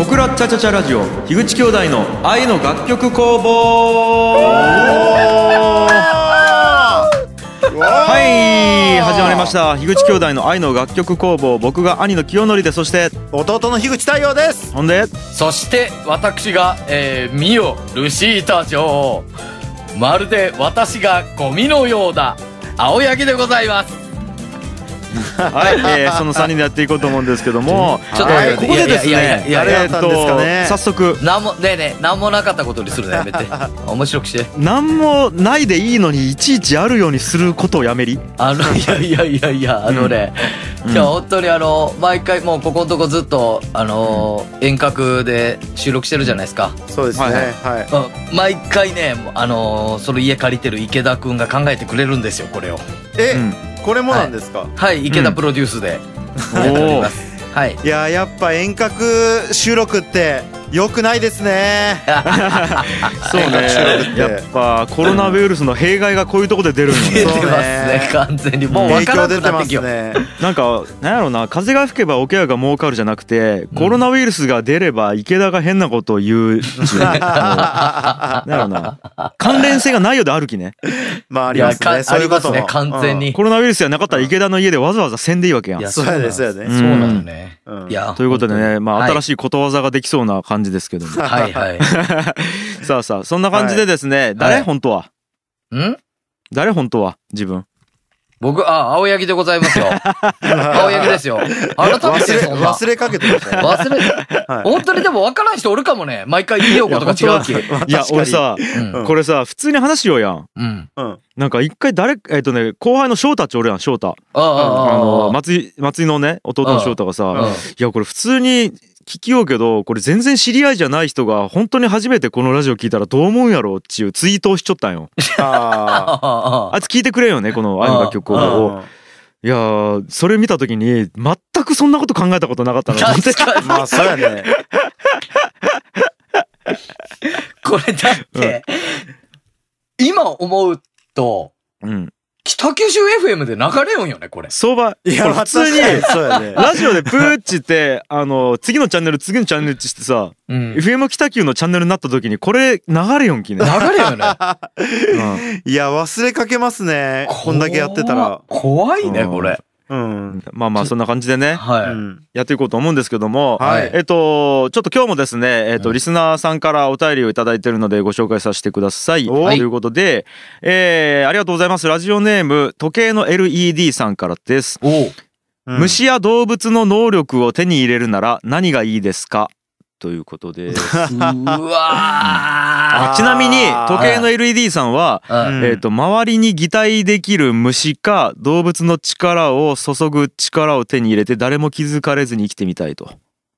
クラチャチャチャラジオ樋口兄弟の愛の楽曲工房。はい始まりました、樋口兄弟の愛の楽曲工房。僕が兄の清則で、そして弟の樋口太陽です。 ほんでそして私が、ミオルシータ女王、まるで私がゴミのようだ青柳でございます。 はい、その3人でやっていこうと思うんですけども、 ちょっとここでですね、早速なんもねえねえ、なんもなかったことにするのやめて面白くして。 なんもないでいいのにいちいちあるようにすることをやめり。 いやじゃあ本当に毎回もうここのとこずっと遠隔で収録してるじゃないですか。 そうですね、はい、 毎回ねその家借りてる池田くんが考えてくれるんですよ、これを。 これもなんですか？ はい、池田プロデュースでやっております。はい。 いややっぱ遠隔収録って良くないですね。 そうね、やっぱコロナウイルスの弊害がこういうところで出るんよね。 出てますね、完全にもう分からなくなってきよ。 なんかなんやろな、風が吹けば桶屋が儲かるじゃなくて、コロナウイルスが出れば池田が変なことを言う。なんやろな、関連性がないようであるきね。 まあありますね、そういうことも完全に。 コロナウイルスがなかったら池田の家でわざわざせんでいいわけやん。 そうやね、そうやね。 そうなのね。 いやということでね、まあ新しいことわざができそうな感じですけども。 はいはい。 さあさあ、そんな感じでですね、誰本当は？誰本当は？自分。 僕、青柳でございますよ。青柳ですよ。改めてそんな忘れかけてましたね。 本当にでも分からん人おるかもね。毎回言いようことが違うき。 いや、俺さ、これさ、普通に話しようやん。なんか一回後輩の翔太っちおるやん、翔太。松井のね、弟の翔太がさ、いや、これ普通に聞きようけど、これ全然知り合いじゃない人が本当に初めてこのラジオ聞いたらどう思うんやろうっていうツイートをしちょったんよ。あいつ聞いてくれよね、この愛の楽曲を。いやー、それ見た時に全くそんなこと考えたことなかったの。 まあそうやね。 これだって今思うと、北九州 FM で流れよんよね、これ。 相場。いや、普通に、ラジオでプーッチって、次のチャンネルってしてさ、FM 北九のチャンネルになった時に、これ流れよんきね。 流れよね。 いや、忘れかけますね。こんだけやってたら。 怖いね、これ。 まあまあそんな感じでね、やっていこうと思うんですけども、ちょっと今日もですね、リスナーさんからお便りをいただいているのでご紹介させてください。ということで、ありがとうございます。ラジオネーム時計の LED さんからです。虫や動物の能力を手に入れるなら何がいいですか？ということで、ちなみに時計の LED さんは、周りに擬態できる虫か動物の力を注ぐ力を手に入れて誰も気づかれずに生きてみたいと。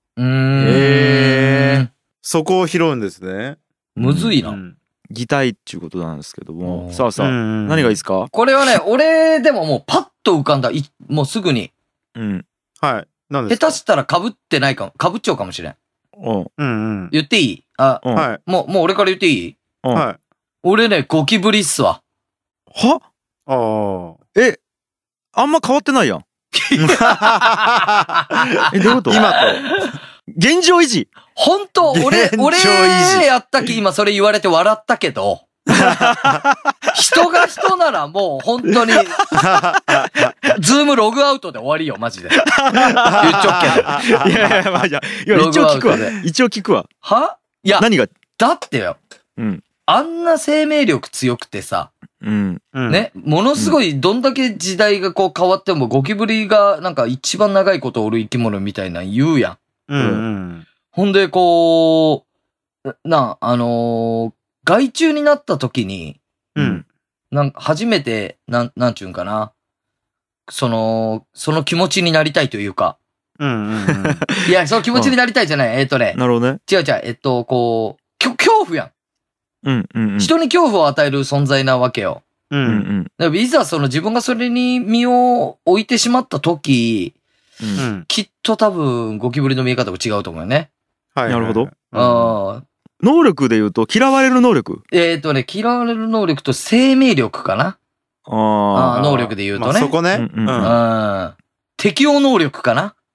そこを拾うんですね。 むずいな。 擬態っていうことなんですけども、さあさあ何がいいですか？ これはね、俺でももうパッと浮かんだ、もうすぐに。 はい。何ですか？ 下手したら被ってないかも、被っちゃうかもしれん。言っていい？もう俺から言っていい？俺ね、ゴキブリっすわ。 は？あんま変わってないやん。どういうこと？今と現状維持。 本当、俺やったき今それ言われて笑ったけど、人が人ならもう本当にズームログアウトで終わりよ、マジで。言っちゃっけど。いやまあじゃあ一応聞くわ。 いや何が？ だってよ、あんな生命力強くてさ、ね、ものすごいどんだけ時代がこう変わってもゴキブリがなんか一番長いことおる生き物みたいな言うやん。ほんでこう害虫になった時に、なんか初めてなんちゅうんかな、その気持ちになりたいというか、いや、その気持ちになりたいじゃない。なるほどね。 違う、こう恐怖やん。人に恐怖を与える存在なわけよ。いざ自分がそれに身を置いてしまった時、きっと多分ゴキブリの見え方が違うと思うよね。 なるほど。能力で言うと嫌われる能力？ 嫌われる能力と生命力かな。能力で言うとね。 そこね。 適応能力かな。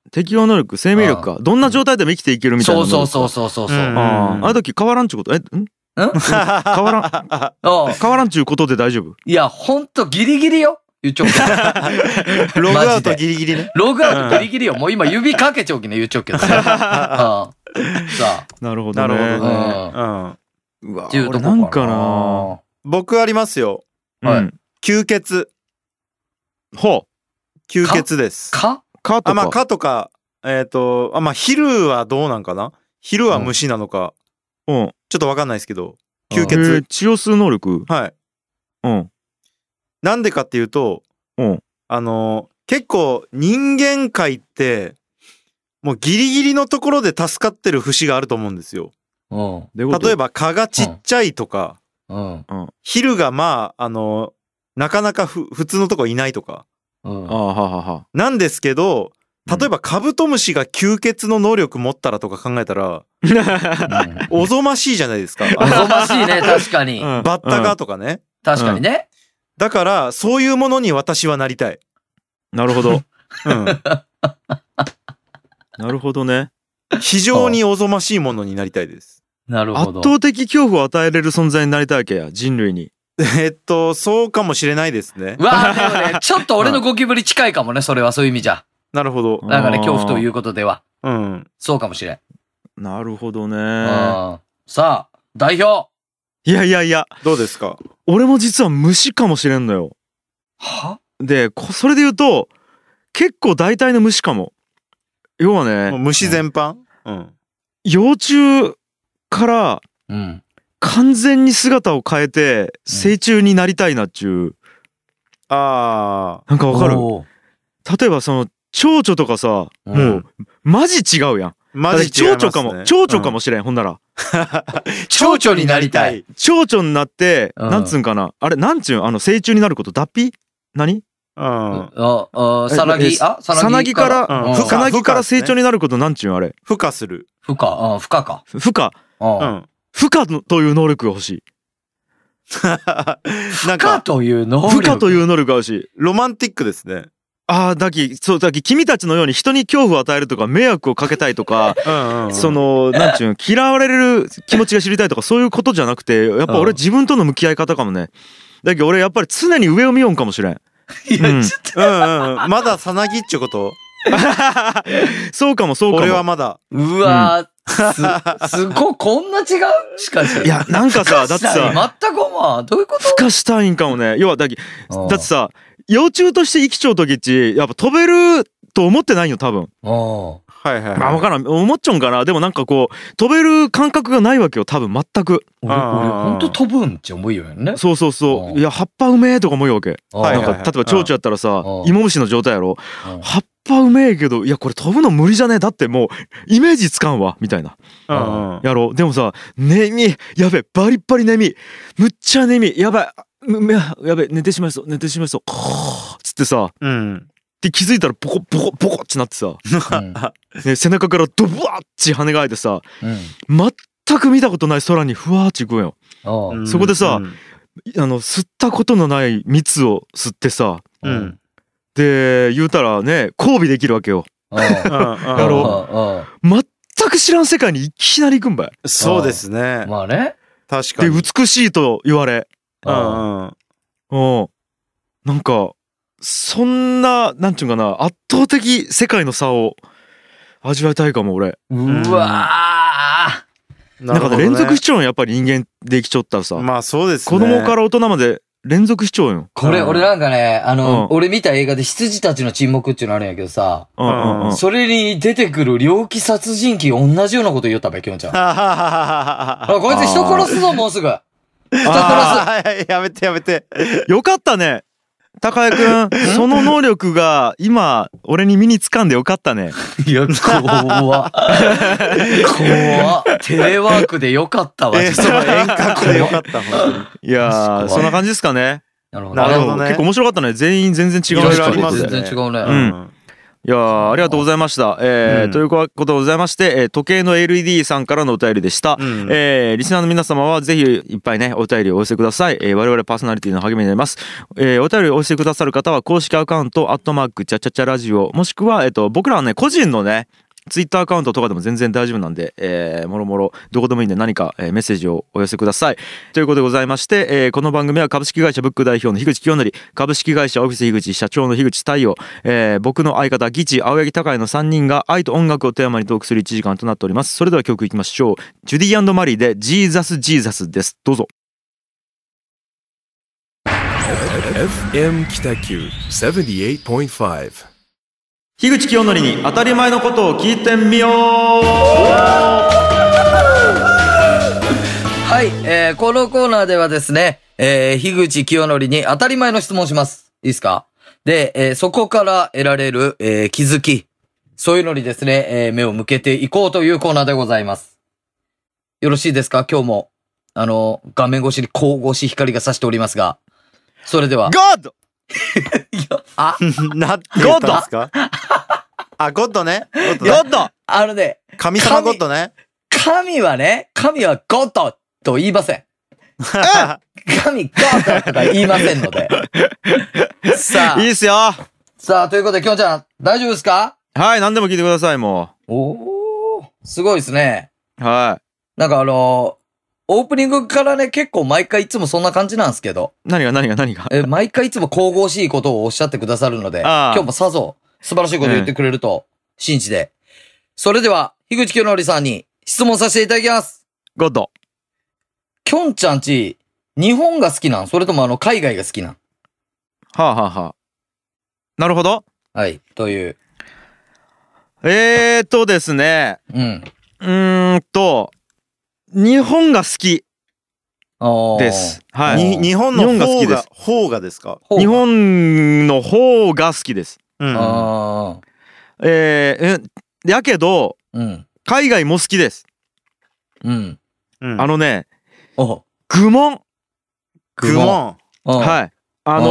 適応能力、生命力か。どんな状態でも生きていけるみたいな。 そう。 あの時変わらんちゅうこと、変わらんちゅうことで大丈夫？ いや、ほんとギリギリよ。言っちゃうけど。 ログアウトギリギリね。 ログアウトギリギリよ。もう今指かけちゃうきね、言っちゃうけど。さあ。 なるほどね。 うわ、俺なんかな。 僕ありますよ。 はい。 吸血。 ほう。 吸血です。 蚊とか。 まあ蚊とか、まあ昼はどうなんかな？昼は虫なのか。ちょっとわかんないですけど。吸血。 血を吸う能力？ はい。なんでかっていうと、結構人間界って、もうギリギリのところで助かってる節があると思うんですよ。例えば蚊がちっちゃいとか、昼がまあ、なかなか普通のとこいないとか。なんですけど、例えばカブトムシが吸血の能力持ったらとか考えたら、おぞましいじゃないですか。 おぞましいね、確かに。 バッタがとかね。 確かにね。 だから、そういうものに私はなりたい。 なるほど。なるほどね。 非常におぞましいものになりたいです。 なるほど。 圧倒的恐怖を与えれる存在になりたいわけや、人類に。 そうかもしれないですね。 でもね、ちょっと俺のゴキブリ近いかもね、それはそういう意味じゃ。 なるほど。 なんかね、恐怖ということでは。そうかもしれん。 なるほどね。 さあ、代表。 いや。 どうですか？ 俺も実は虫かもしれんのよ。 は？ で、それで言うと、結構大体の虫かも。要はね。 虫全般？ 幼虫から、完全に姿を変えて、成虫になりたいなっちゅう。なんかわかる？例えばその、蝶々とかさ、もう、マジ違うやん。 マジ違う。 蝶々かもしれん、ほんなら。 蝶々になりたい。 蝶々になって、なんつうんかな。あれ、なんちゅうん、成虫になること、脱皮？何？ さなぎから成長になることなんちゅうん、あれ。 孵化する。 孵化か。 孵化という能力が欲しい。 孵化という能力が欲しい。 ロマンティックですね。 君たちのように人に恐怖を与えるとか迷惑をかけたいとか、その、なんちゅうの、嫌われる気持ちが知りたいとかそういうことじゃなくて、やっぱ俺自分との向き合い方かもね。だけど俺やっぱり常に上を見よんかもしれん。 いや、ちょっと。 まださなぎっちゅうこと？ そうかも。 俺はまだ。 うわー、すごい、こんな違う？しかし。 いや、なんかさ、だってさ、 全く思う。どういうこと？ 孵化したいんかもね。要は、だってさ、幼虫として生きちゃうときっち、やっぱ飛べると思ってないよ、多分。まあわからん。思っちゃうんかな。でもなんかこう、飛べる感覚がないわけよ、多分、全く。 俺、ほんと飛ぶんって思うよね。 そう。いや、葉っぱうめえとか思うわけ。なんか、例えば蝶々やったらさ、芋虫の状態やろ。葉っぱうめえけど、いや、これ飛ぶの無理じゃねえ。だってもう、イメージつかんわ、みたいな。やろう。でもさ、ネミ、やべ、バリッバリネミ。むっちゃネミ。やばい。やべ、寝てしまいそう。つってさ、で気づいたらポコってなってさ、背中からドブワッチ跳ね返ってさ、全く見たことない空にふわーっち行くんよ。そこでさ、吸ったことのない蜜を吸ってさ、で言うたらね、交尾できるわけよ。やろう。全く知らん世界にいきなり行くんばい。 そうですね。 まあね。 確かに。 で美しいと言われ。なんかそんな、なんちゅうかな、圧倒的世界の差を味わいたいかも俺。 うわー、なんかね、連続視聴やっぱり人間できちょったらさ、 まあそうですね、 子供から大人まで連続視聴よ。 これ俺なんかね、俺見た映画で羊たちの沈黙っていうのあるんやけどさ、それに出てくる猟奇殺人鬼同じようなこと言ったべ、きょんちゃん。こいつ人殺すぞ、もうすぐ。人殺す。やめて。 よかったね。高谷くん、その能力が今、俺に身につかんでよかったね。 いや、怖っ。テレワークでよかったわ。 その遠隔でよかった、本当に。 いやー、そんな感じですかね。 なるほどね。 結構面白かったね。全員全然違う。 いろいろありますね。 全然違うね。 いやありがとうございました。ということでございまして、時計の LED さんからのお便りでした。リスナーの皆様はぜひいっぱいね、お便りをお寄せください。我々パーソナリティの励みになります。お便りをお寄せくださる方は、公式アカウント、@チャチャチャラジオ、もしくは、僕らはね、個人のね、ツイッターアカウントとかでも全然大丈夫なんで、もろもろどこでもいいんで何かメッセージをお寄せください。ということでございまして、この番組は株式会社ブック代表の樋口清則、株式会社オフィス樋口社長の樋口太陽、僕の相方ギチ青柳高也の3人が愛と音楽をテーマにトークする1時間となっております。それでは曲いきましょう。ジュディ&マリーでジーザスジーザスです。どうぞ。 FM 北九 78.5 樋口清則に当たり前のことを聞いてみよう。 はい、このコーナーではですね、樋口清則に当たり前の質問をします。いいですか？で、そこから得られる、気づき、そういうのにですね、目を向けていこうというコーナーでございます。よろしいですか？今日も、画面越しに光越し光が差しておりますが、それでは。 ゴッドなって言ったんですか？あ、ゴッドね。ゴッド神様ゴッドね。 神はゴッドと言いません。神ゴッドとか言いませんので。さあ。 いいっすよ。 さあ、ということで、きょんちゃん、大丈夫ですか？ はい、何でも聞いてください、もう。おー、すごいですね。 はい。 なんかオープニングからね、結構毎回いつもそんな感じなんですけど。 何が毎回いつも神々しいことをおっしゃってくださるので、今日もさぞ素晴らしいことを言ってくれると信じて。それでは、樋口清則さんに質問させていただきます。 ゴッド。 きょんちゃんち、日本が好きなん？それとも海外が好きなん？ はあはあはあ。なるほど。 はい、という。 ですね。日本が好きです。はい。 日本の方がですか？ 日本の方が好きです。やけど、海外も好きです。愚問。はい。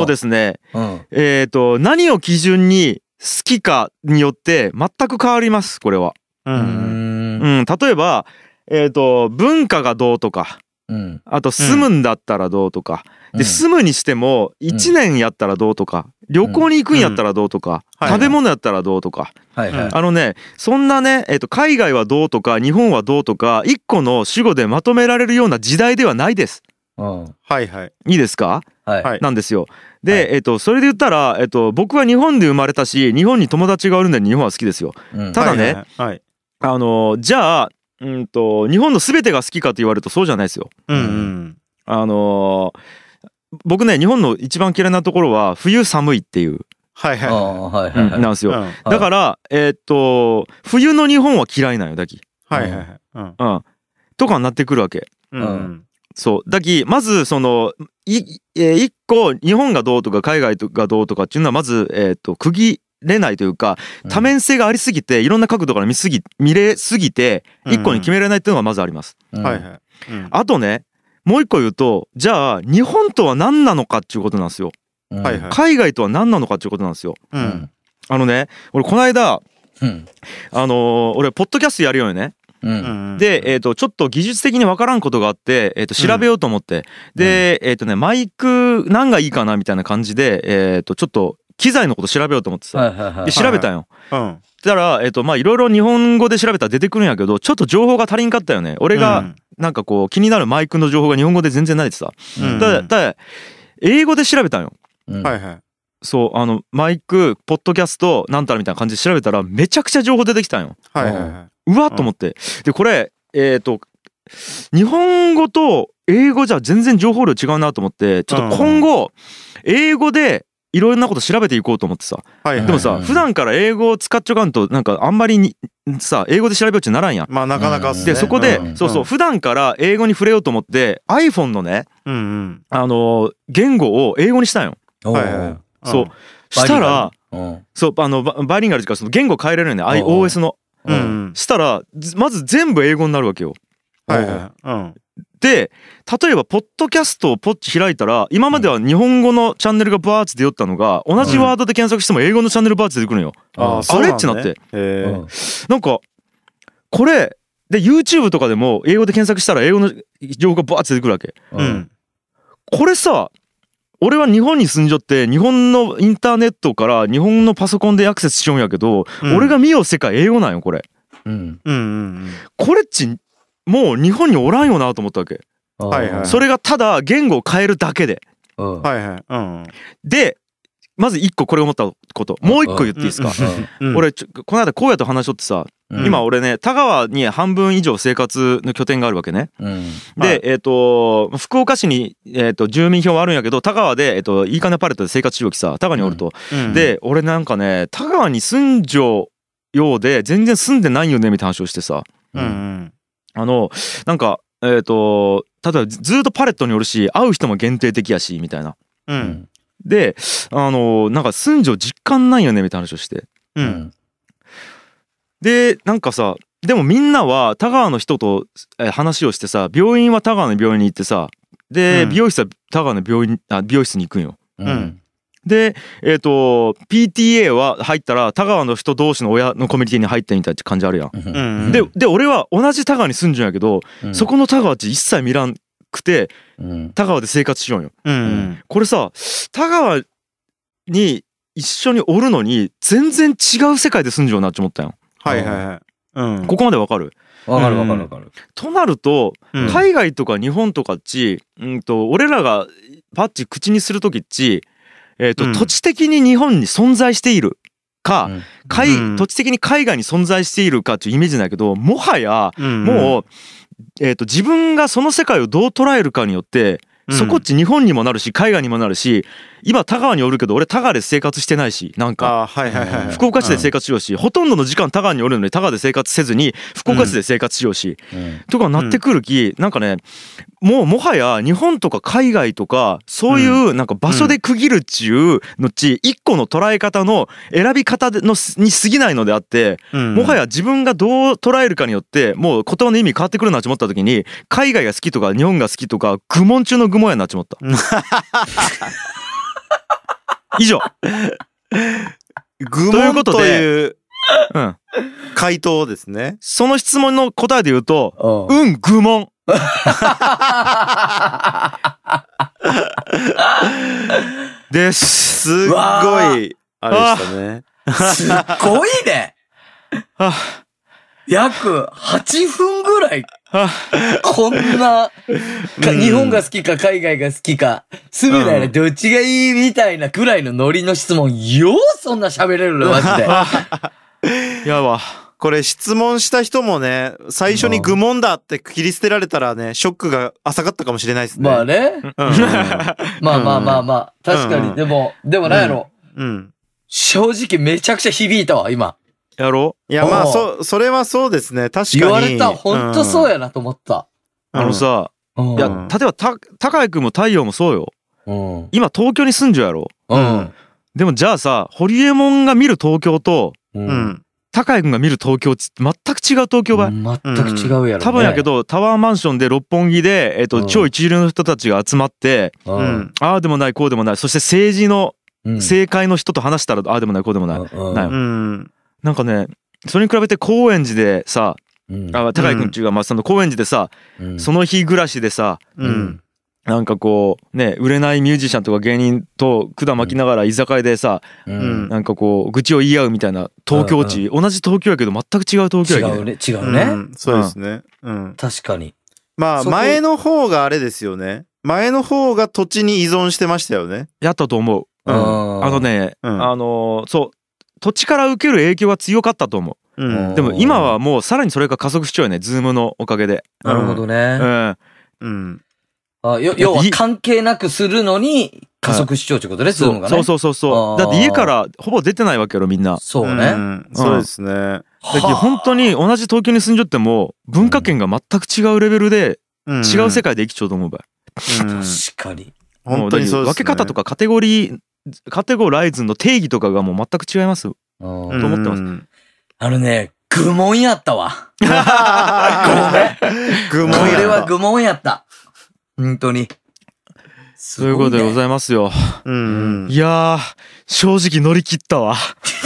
ですね、何を基準に好きかによって全く変わります、これは。例えば、文化がどうとか、あと住むんだったらどうとか、で住むにしても1年やったらどうとか、旅行に行くんやったらどうとか、食べ物やったらどうとか、そんなね、海外はどうとか日本はどうとか一個の主語でまとめられるような時代ではないです。いいですか？なんですよ。で、それで言ったら、僕は日本で生まれたし日本に友達がおるんで日本は好きですよ。ただね、じゃあ日本の全てが好きかと言われるとそうじゃないですよ。僕ね、日本の一番嫌いなところは冬寒いっていうなんですよ。だから冬の日本は嫌いなんよだき。とかになってくるわけ。そうだき、まず一個日本がどうとか海外がどうとかっていうのはまず区切れないというか、多面性がありすぎていろんな角度から見れすぎて一個に決められないっていうのがまずあります。あとね、もう一個言うと、じゃあ日本とは何なのかっていうことなんですよ。海外とは何なのかっていうことなんですよ。俺この間俺ポッドキャストやるよね。でちょっと技術的に分からんことがあって調べようと思って、でマイク何がいいかなみたいな感じでちょっと機材のこと調べようと思ってさ、で調べたんよ。だからいろいろ日本語で調べたら出てくるんやけど、ちょっと情報が足りんかったよね。俺がなんかこう気になるマイクの情報が日本語で全然ないってさ、だ英語で調べたんよ。そうマイクポッドキャストなんたらみたいな感じで調べたらめちゃくちゃ情報出てきたんよ。うわっと思って、でこれ日本語と英語じゃ全然情報量違うなと思って、ちょっと今後英語でいろんなこと調べていこうと思ってさ。でもさ、普段から英語を使っちゃかんとなんかあんまりにさ英語で調べようってならんやん。 まあなかなかっすね。 でそこで普段から英語に触れようと思って iPhone のね言語を英語にしたんよ。そうしたらバイリンガルっていうかその言語変えれるよね、 iOS の。したらまず全部英語になるわけよ。 で例えばポッドキャストをポッチ開いたら今までは日本語のチャンネルがバーッて出よったのが同じワードで検索しても英語のチャンネルバーッて出てくるのよ。あれってなって、なんかこれで YouTube とかでも英語で検索したら英語の情報がバーッて出てくるわけ。これさ俺は日本に住んじゃって日本のインターネットから日本のパソコンでアクセスしようんやけど、俺が見よう世界英語なんよこれ。これっちもう日本におらんよなと思ったわけ。それがただ言語を変えるだけで。でまず一個これ思ったこともう一個言っていいですか。俺この間荒野と話しとってさ、今俺ね田川に半分以上生活の拠点があるわけね。で福岡市に住民票はあるんやけど田川でいいかねパレットで生活しようきさ田川におると。で俺なんかね田川に住んじょうようで全然住んでないよねみたいな話をしてさ、なんか例えばずっとパレットにおるし会う人も限定的やしみたいな。でなんか住んじょう実感ないよねみたいな話をして、でなんかさでもみんなは田川の人と話をしてさ病院は田川の病院に行ってさで、美容室は田川の美容室に行くんよ。でPTA は入ったら田川の人同士の親のコミュニティに入ってみたいって感じあるやん。で俺は同じ田川に住んじゃうんやけど、そこの田川っち一切見らんくて田川で生活しようよ。これさ田川に一緒におるのに全然違う世界で住んじゃうなって思ったよ。ここまでわかる？ わかるわかるわかる。 となると海外とか日本とかっち俺らがパッチ口にするときっち土地的に日本に存在しているか、土地的に海外に存在しているかっていうイメージだけど、もはやもう、自分がその世界をどう捉えるかによってそこっち日本にもなるし海外にもなるし、今田川におるけど俺田川で生活してないし、なんか福岡市で生活しようし、ほとんどの時間田川におるのに田川で生活せずに福岡市で生活しようし、とかなってくるき、なんかねもはや日本とか海外とかそういうなんか場所で区切るっちゅうのっち一個の捉え方の選び方に過ぎないのであって、もはや自分がどう捉えるかによってもう言葉の意味変わってくるなと思った時に、海外が好きとか日本が好きとか愚問中の愚問やなと思った。以上。 愚問という回答ですね。 その質問の答えで言うと、愚問。です。 すっごいあれでしたね。 すっごいね。約8分ぐらい。こんな、日本が好きか海外が好きか、住むならどっちがいいみたいなくらいのノリの質問、ようそんな喋れるのマジで。やば。 これ質問した人もね、最初に愚問だって切り捨てられたらね、ショックが浅かったかもしれないですね。 まあね。まあ。確かに。でもなんやろ。正直めちゃくちゃ響いたわ、今。 やろう。いや、まあ、それはそうですね。確かに。 言われた。ほんとそうやなと思った。 さ、いや、例えば、高井くんも太陽もそうよ。今、東京に住んじゃうやろ。でも、じゃあさ、ホリエモンが見る東京と、高井くんが見る東京って全く違う東京ばい。 全く違うやろ。 多分やけど、タワーマンションで六本木で、超一流の人たちが集まって、ああでもない、こうでもない。そして政治の正解の人と話したら、ああでもない、こうでもない。なんかね、それに比べて高円寺でさ、高井くんちがその高円寺でさ、その日暮らしでさ、なんかこうね、売れないミュージシャンとか芸人と管巻きながら居酒屋でさ、なんかこう愚痴を言い合うみたいな東京地、同じ東京やけど全く違う東京やけど。 違うね。 そうですね。 確かに。 まあ前の方があれですよね。前の方が土地に依存してましたよね。 やったと思う。そう。土地から受ける影響が強かったと思う。でも今はもうさらにそれが加速しちゃうよね、ズームのおかげで。 なるほどね。要は関係なくするのに加速しちゃうってことね、ズームがね。 そう。だって家からほぼ出てないわけやろ、みんな。 そうね。 そうですね。 だけど本当に同じ東京に住んじゃっても文化圏が全く違うレベルで違う世界で生きちゃうと思うばい。 確かに。 本当にそうですね。 分け方とかカテゴライズの定義とかがもう全く違いますと思ってます。 愚問やったわ。ごめん。 愚問やった。 これは愚問やった。 本当に。 そういうことでございますよ。うん。いやー、正直乗り切ったわ。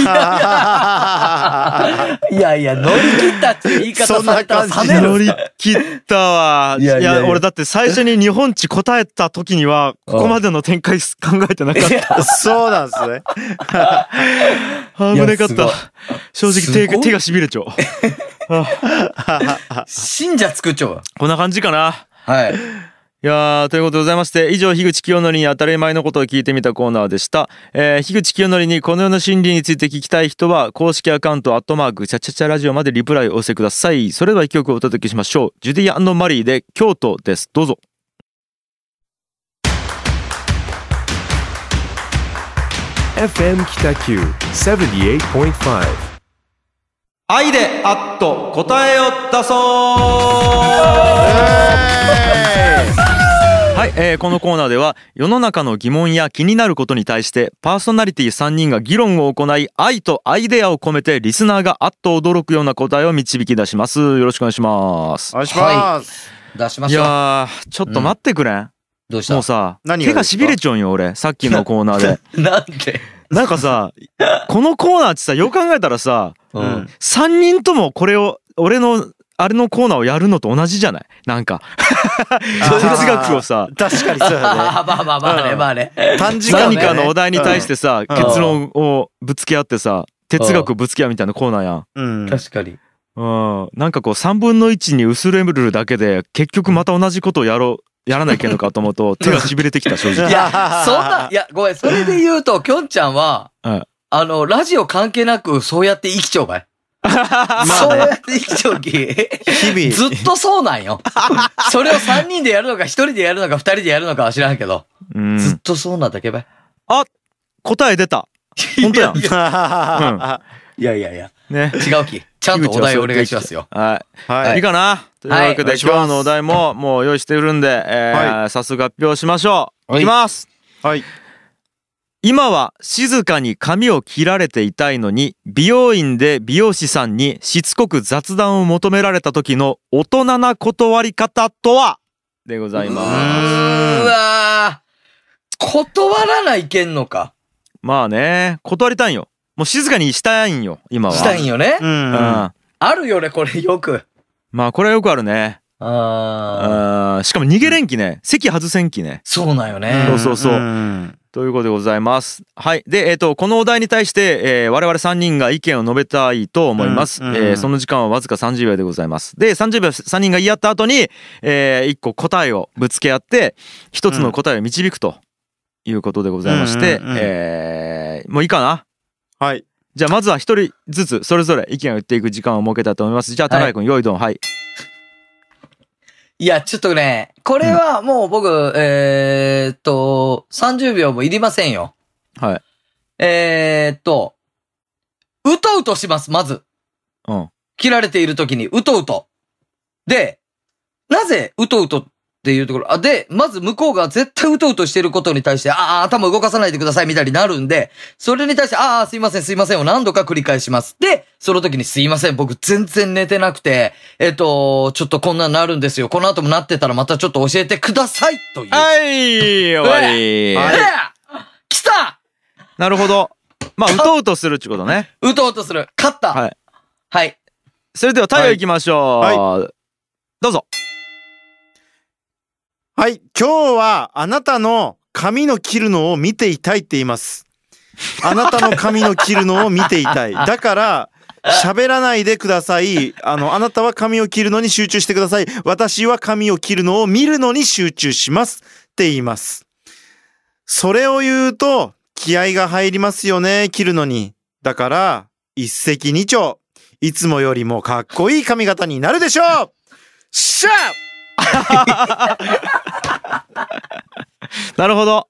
いやいや、乗り切ったって言い方されたら冷める。 乗り切ったわ。いや、俺だって最初に日本地答えた時には、ここまでの展開考えてなかった。 そうなんですね。 危なかった。正直手が痺れちゃう。 信者作っちゃう。 こんな感じかな。 はい。 いやー、ということでございまして、以上、樋口清則に当たり前のことを聞いてみたコーナーでした。樋口清則にこの世の真理について聞きたい人は、公式アカウント、チャチャチャラジオまでリプライをお寄せください。それでは一曲お届けしましょう。ジュディア&マリーで京都です。どうぞ。 FM 北九 78.5 愛であっと答えを出そうはい、このコーナーでは世の中の疑問や気になることに対してパーソナリティ3人が議論を行い、愛とアイデアを込めてリスナーがあっと驚くような答えを導き出します。よろしくお願いします。 お願いします、 はい、出しましょう。 いやー、ちょっと待ってくれ、 どうした？ もうさ、手がしびれちゃうんよ俺、さっきのコーナーでなんで？ なんかさ、このコーナーってさ、よく考えたらさ、3人ともこれを俺のあれのコーナーをやるのと同じじゃない？なんか哲学をさ、 確かにそうだね。 まあね。 短時間何かのお題に対してさ、結論をぶつけ合ってさ、哲学をぶつけ合うみたいなコーナーやん。確かに。 なんかこう3分の1に薄れるだけで結局また同じことをやらないけんのかと思うと手がしびれてきた正直。 いや、そんな、いや、ごめん、それで言うと、きょんちゃんは、ラジオ関係なくそうやって生きちゃうかい？そうやって生きちゃうき。日々。ずっとそうなんよ。それを3人でやるのか、1人でやるのか、2人でやるのかは知らんけど。ずっとそうなんだけばい。 あ、答え出た。本当やん。 いや。ね。違うき。ちゃんとお題お願いしますよ。 はい。いいかな？というわけで今日のお題ももう用意してるんで、早速発表しましょう。いきます。 はい。 今は静かに髪を切られていたいのに、美容院で美容師さんにしつこく雑談を求められた時の大人な断り方とはでございます。 うわー、断らないけんのか。 まあね、断りたいんよ。もう静かにしたいんよ、今は。 したいんよね。あるよね、これよく。 まあこれはよくあるね。しかも逃げれんきね。席外せんきね。 そうなんよね。 そう。ということでございます。はい。で、このお題に対して、我々3人が意見を述べたいと思います。その時間はわずか30秒でございます。で、30秒3人が言い合った後に、1個答えをぶつけ合って、1つの答えを導くということでございまして、もういいかな？ はい。 じゃあまずは1人ずつそれぞれ意見を言っていく時間を設けたいと思います。じゃあ、高井くん、用意ドン。はい。 いや、ちょっとね、これはもう僕、30秒もいりませんよ。 はい。 うとうとします、まず。切られている時に、うとうと。で、なぜうとうとっていうところ、で、まず向こうが絶対うとうとしてることに対して、頭動かさないでくださいみたいになるんで、それに対して、すいませんを何度か繰り返します。で、その時にすいません、僕全然寝てなくて、ちょっとこんなになるんですよ。この後もなってたらまたちょっと教えてくださいという。 はい、終わり。 来た！ なるほど。まあ、うとうとするってことね。 うとうとする。勝った。 はい。 はい。 それでは太陽行きましょう。はい。どうぞ。 はい。今日はあなたの髪の切るのを見ていたいって言います。あなたの髪の切るのを見ていたい。だから、喋らないでください。あなたは髪を切るのに集中してください。私は髪を切るのを見るのに集中しますって言います。それを言うと、気合が入りますよね、切るのに。だから、一石二鳥。いつもよりもかっこいい髪型になるでしょう！しゃーなるほど。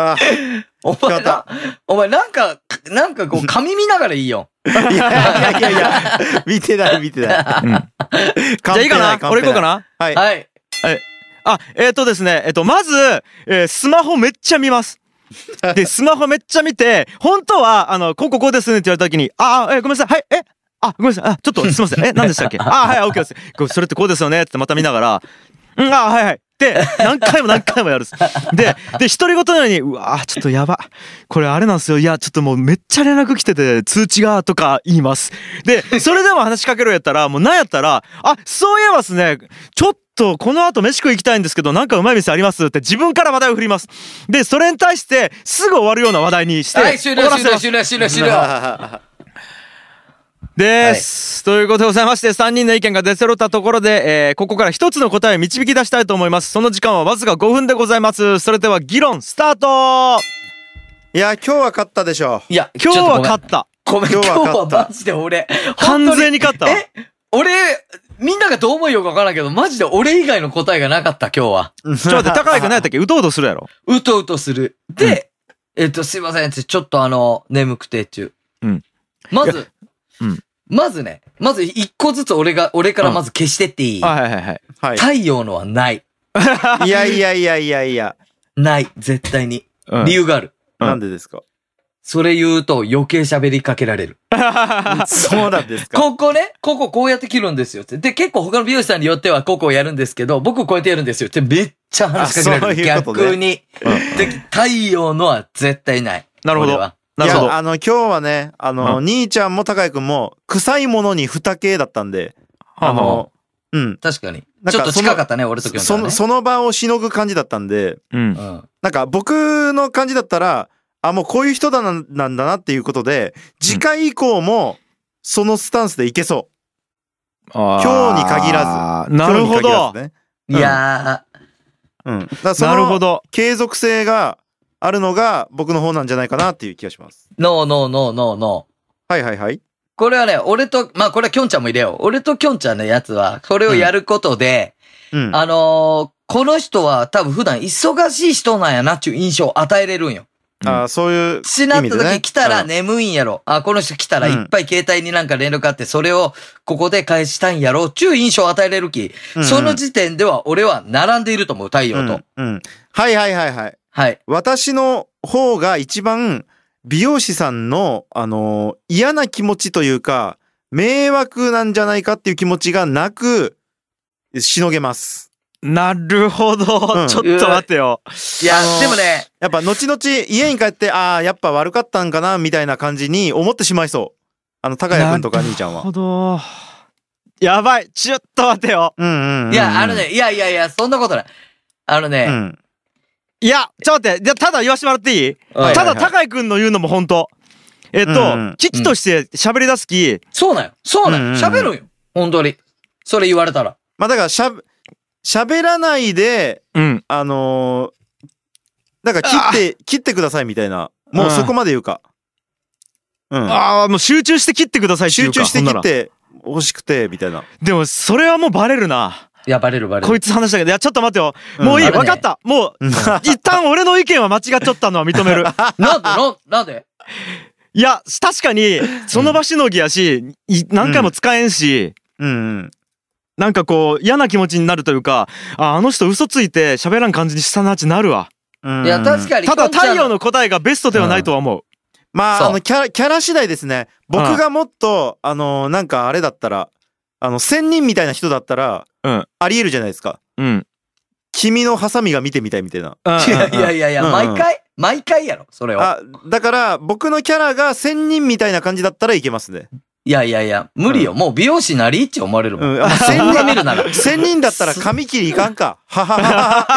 お前なんかこう髪見ながらいいよ。 いや見てない。 じゃあいいかな？俺行こうかな？ はい。 ですね、まず、スマホめっちゃ見ます。で、スマホめっちゃ見て、本当は、こうですねって言われた時に、ごめんなさい、はい、ごめんなさい、ちょっとすいません、何でしたっけ？はい、オッケーです。それってこうですよねってまた見ながら、はい。 って何回も何回もやるで独り言のように、うわちょっとやば、これあれなんですよ、いやちょっともうめっちゃ連絡来てて通知がとか言います。でそれでも話しかけろやったら、もうなんやったら、あ、そういえばですね、ちょっとこの後飯食い行きたいんですけど、なんかうまい店ありますって自分から話題を振ります。でそれに対してすぐ終わるような話題にして、 はい、終了です、はい、ということでございまして、3人の意見が出揃ったところで、ここから一つの答えを導き出したいと思います。その時間はわずか5分でございます。それでは議論スタート。 いや今日は勝ったでしょ。 いや今日は勝った。 ごめん、今日はマジで俺完全に勝った。 俺みんながどう思いようか分からんけど、マジで俺以外の答えがなかった、今日は。 ちょっと待って、高井くん何やったっけ？うとうとするやろ？ うとうとする。で、すいません、ちょっと眠くてまずね、一個ずつ俺からまず消してっていい？ はい。 太陽のはない。 いや。 ない、絶対に。理由がある。 なんでですか？ それ言うと余計喋りかけられる。 そうなんですか？ こうやって切るんですよ。で、結構他の美容師さんによってはこうやるんですけど、僕こうやってやるんですよ。ってめっちゃ話しかけられる。逆に。で、太陽のは絶対ない。 なるほど。 いや、今日はね、兄ちゃんも高井くんも、臭いものに二系だったんで、 確かに。ちょっと近かったね、俺ときはね。 その場をしのぐ感じだったんで、なんか僕の感じだったら、もうこういう人なんだなっていうことで、次回以降もそのスタンスでいけそう。今日に限らず。 なるほど。 いやだからその継続性があるのが僕の方なんじゃないかなっていう気がします。 ノー。 はい。 これはね、これはきょんちゃんも入れよう。俺ときょんちゃんのやつは、これをやることで、この人は多分普段忙しい人なんやなっていう印象を与えれるんよ。 そういうしなった時来たら眠いんやろ。この人来たらいっぱい携帯になんか連絡あって、それをここで返したいんやろ。ちゅう印象を与えれるき、その時点では俺は並んでいると思う、太陽と。 はい。私の方が一番美容師さんの嫌な気持ちというか、迷惑なんじゃないかっていう気持ちがなくしのげます。 なるほど、ちょっと待ってよ。 いや、でもね、 やっぱ後々家に帰って、やっぱ悪かったんかなみたいな感じに思ってしまいそう。高谷くんとか兄ちゃんは。 なるほど。やばい、ちょっと待ってよ。 いや、いや、そんなことない。 いや、ちょっと待って、ただ言わしてもらっていい？ただ高井くんの言うのも本当。危機として喋り出すき。 そうなんよ。喋るんよ。本当に。それ言われたら。 だから喋らないで、だから切ってくださいみたいな。もうそこまで言うか。 もう集中して切ってくださいっていうか。 集中して切って欲しくて、みたいな。 でも、それはもうバレるな。 いや、バレる。 こいつ話したけど、いや、ちょっと待ってよ。もういい、わかった。もう、一旦俺の意見は間違っちゃったのは認める。 なんでいや、確かに、その場しのぎやし、何回も使えんし、なんかこう嫌な気持ちになるというか、あの人嘘ついて喋らん感じにしたなってなるわ。 いや確かに。 ただ太陽の答えがベストではないとは思う。 キャラ次第ですね。僕がもっとなんかあれだったら仙人みたいな人だったらありえるじゃないですか。君のハサミが見てみたいみたいな。 いや毎回やろそれは。 だから僕のキャラが仙人みたいな感じだったらいけますね。 いや、無理よ。もう美容師なりって思われるもん。 仙人見るなら。仙人だったら髪切りいかんか。はは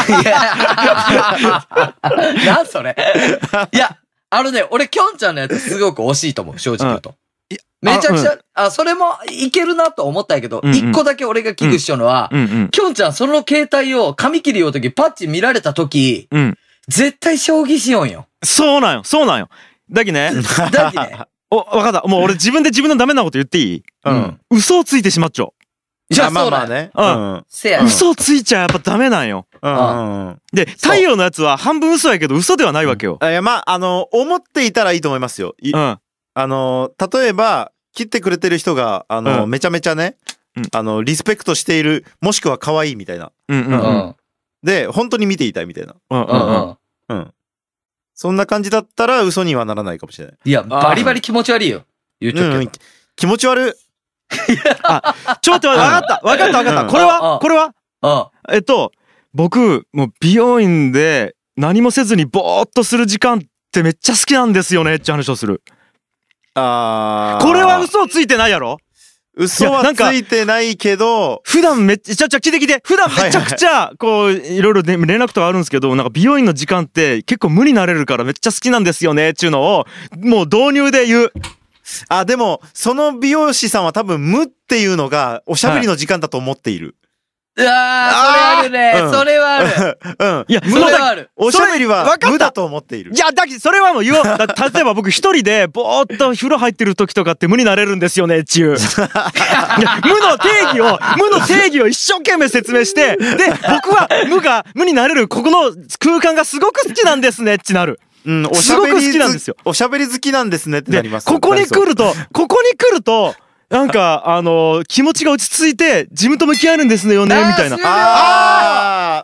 はは。なんそれ。いや、俺、きょんちゃんのやつすごく惜しいと思う、正直言うと。めちゃくちゃ、それもいけるなと思ったんやけど、一個だけ俺が危惧しちゃうのは、きょんちゃんその携帯を髪切り用の時、パッチ見られた時、絶対将棋しよんよ。 そうなんよ。だきね。わかった。もう俺自分で自分のダメなこと言っていい？嘘をついてしまっちゃう。 じゃあそうだね。 嘘をついちゃやっぱダメなんよ。で、太陽のやつは半分嘘やけど嘘ではないわけよ。 いや、思っていたらいいと思いますよ。例えば、切ってくれてる人が、めちゃめちゃね、リスペクトしている、もしくは可愛いみたいな。で、本当に見ていたいみたいな。そんな感じだったら嘘にはならないかもしれない。 いや、バリバリ気持ち悪いよ。言っちゃうけど。 気持ち悪い。 ちょっとわかった。これは僕、もう美容院で何もせずにぼーっとする時間ってめっちゃ好きなんですよねって話をする。これは嘘をついてないやろ？ 嘘はついてないけど、 普段めっちゃ、聞いて。普段めちゃくちゃ、こう、いろいろ連絡とかあるんですけど、なんか美容院の時間って結構無になれるからめっちゃ好きなんですよねっていうのを、もう導入で言う。 でも、その美容師さんは多分無っていうのがおしゃべりの時間だと思っている。 それあるね。それはある。 いや、無だある。おしゃべりは無だと思っている。 いや、だけどそれはもう言おう。例えば僕一人でぼーっと風呂入ってる時とかって無になれるんですよねっていう。無の定義を一生懸命説明して、で、僕は無になれるここの空間がすごく好きなんですねってなる。すごく好きなんですよ。 おしゃべり好きなんですねってなります。 ここに来ると、なんか、気持ちが落ち着いて、自分と向き合えるんですねよね、みたいな。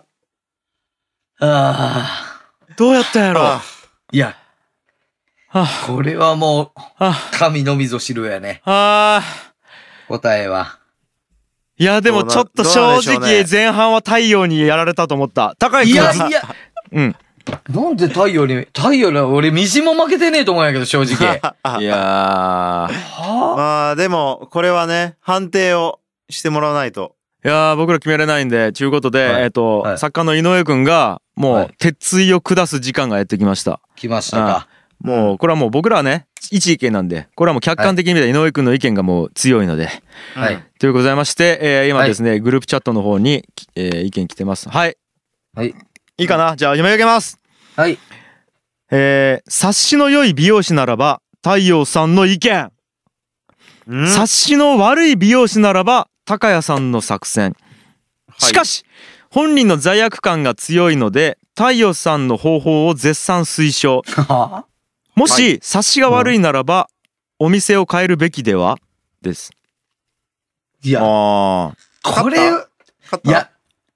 どうやったんやろ？ いや、これはもう、神のみぞ知るやね。答えは。 いや、でもちょっと正直、前半は太陽にやられたと思った。高い君はなんで太陽に俺、みじも負けてねえと思うんやけど、正直。 いやー。でも、これはね、判定をしてもらわないと。 いやー、僕ら決めれないんで、ちゅうことで、作家の井上くんが、もう、鉄槌を下す時間がやってきました。 来ましたか。 もう、これはもう僕らはね、一意見なんで、これはもう客観的に見た井上くんの意見がもう強いので。 はい。 というございまして、今ですね、グループチャットの方に、意見来てます。はい。 はい。 いいかな？じゃあ読み上げます。 はい。 察しの良い美容師ならば、太陽さんの意見。察しの悪い美容師ならば、高谷さんの作戦。しかし、本人の罪悪感が強いので、太陽さんの方法を絶賛推奨。もし、察しが悪いならば、お店を変えるべきでは？です。 いや、これ、いや、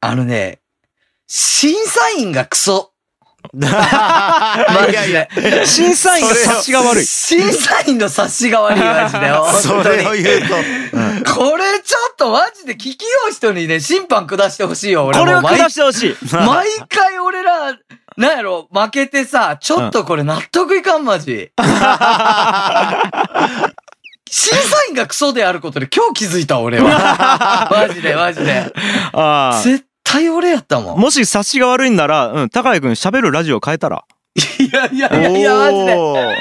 審査員がクソ。マジで。 審査員が察しが悪い。 審査員の察しが悪い、マジで。 それを言うと。これちょっとマジで聞きよう人にね、審判下してほしいよ、俺も。これを下してほしい。 毎回俺ら、なんやろ、負けてさ、ちょっとこれ納得いかん、マジ。審査員がクソであることで今日気づいた、俺は。マジで。絶対俺やったもん。 もし察しが悪いんなら、高谷くん喋るラジオ変えたら。 いや、マジで。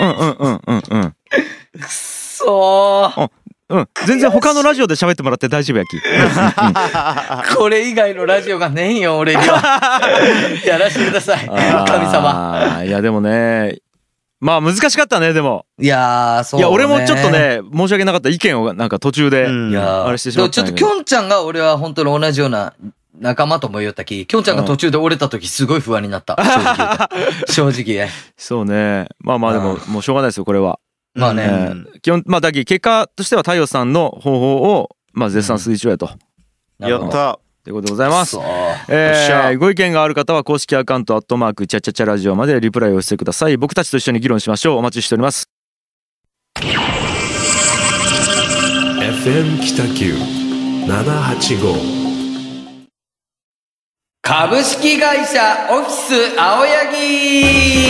くそー。 全然他のラジオで喋ってもらって大丈夫やき。 これ以外のラジオがねえんよ、俺には。やらせてください。神様。 いや、でもね、まあ難しかったね、でも。 いやー、そうね。 いや、俺もちょっとね、申し訳なかった意見をなんか途中で、あれしてしまった。 ちょっときょんちゃんが俺は本当に同じような仲間とも言ったき、きょんちゃんが途中で折れた時すごい不安になった。正直。 そうね。まあでも、もうしょうがないですよ、これは。 まあね。 基本、だけ結果としては太陽さんの方法を、絶賛推奨やと。 やった。 ということでございます。ご意見がある方は公式アカウント@チャチャチャラジオまでリプライをしてください。僕たちと一緒に議論しましょう。お待ちしております。 FM 北九785 株式会社オフィス青柳。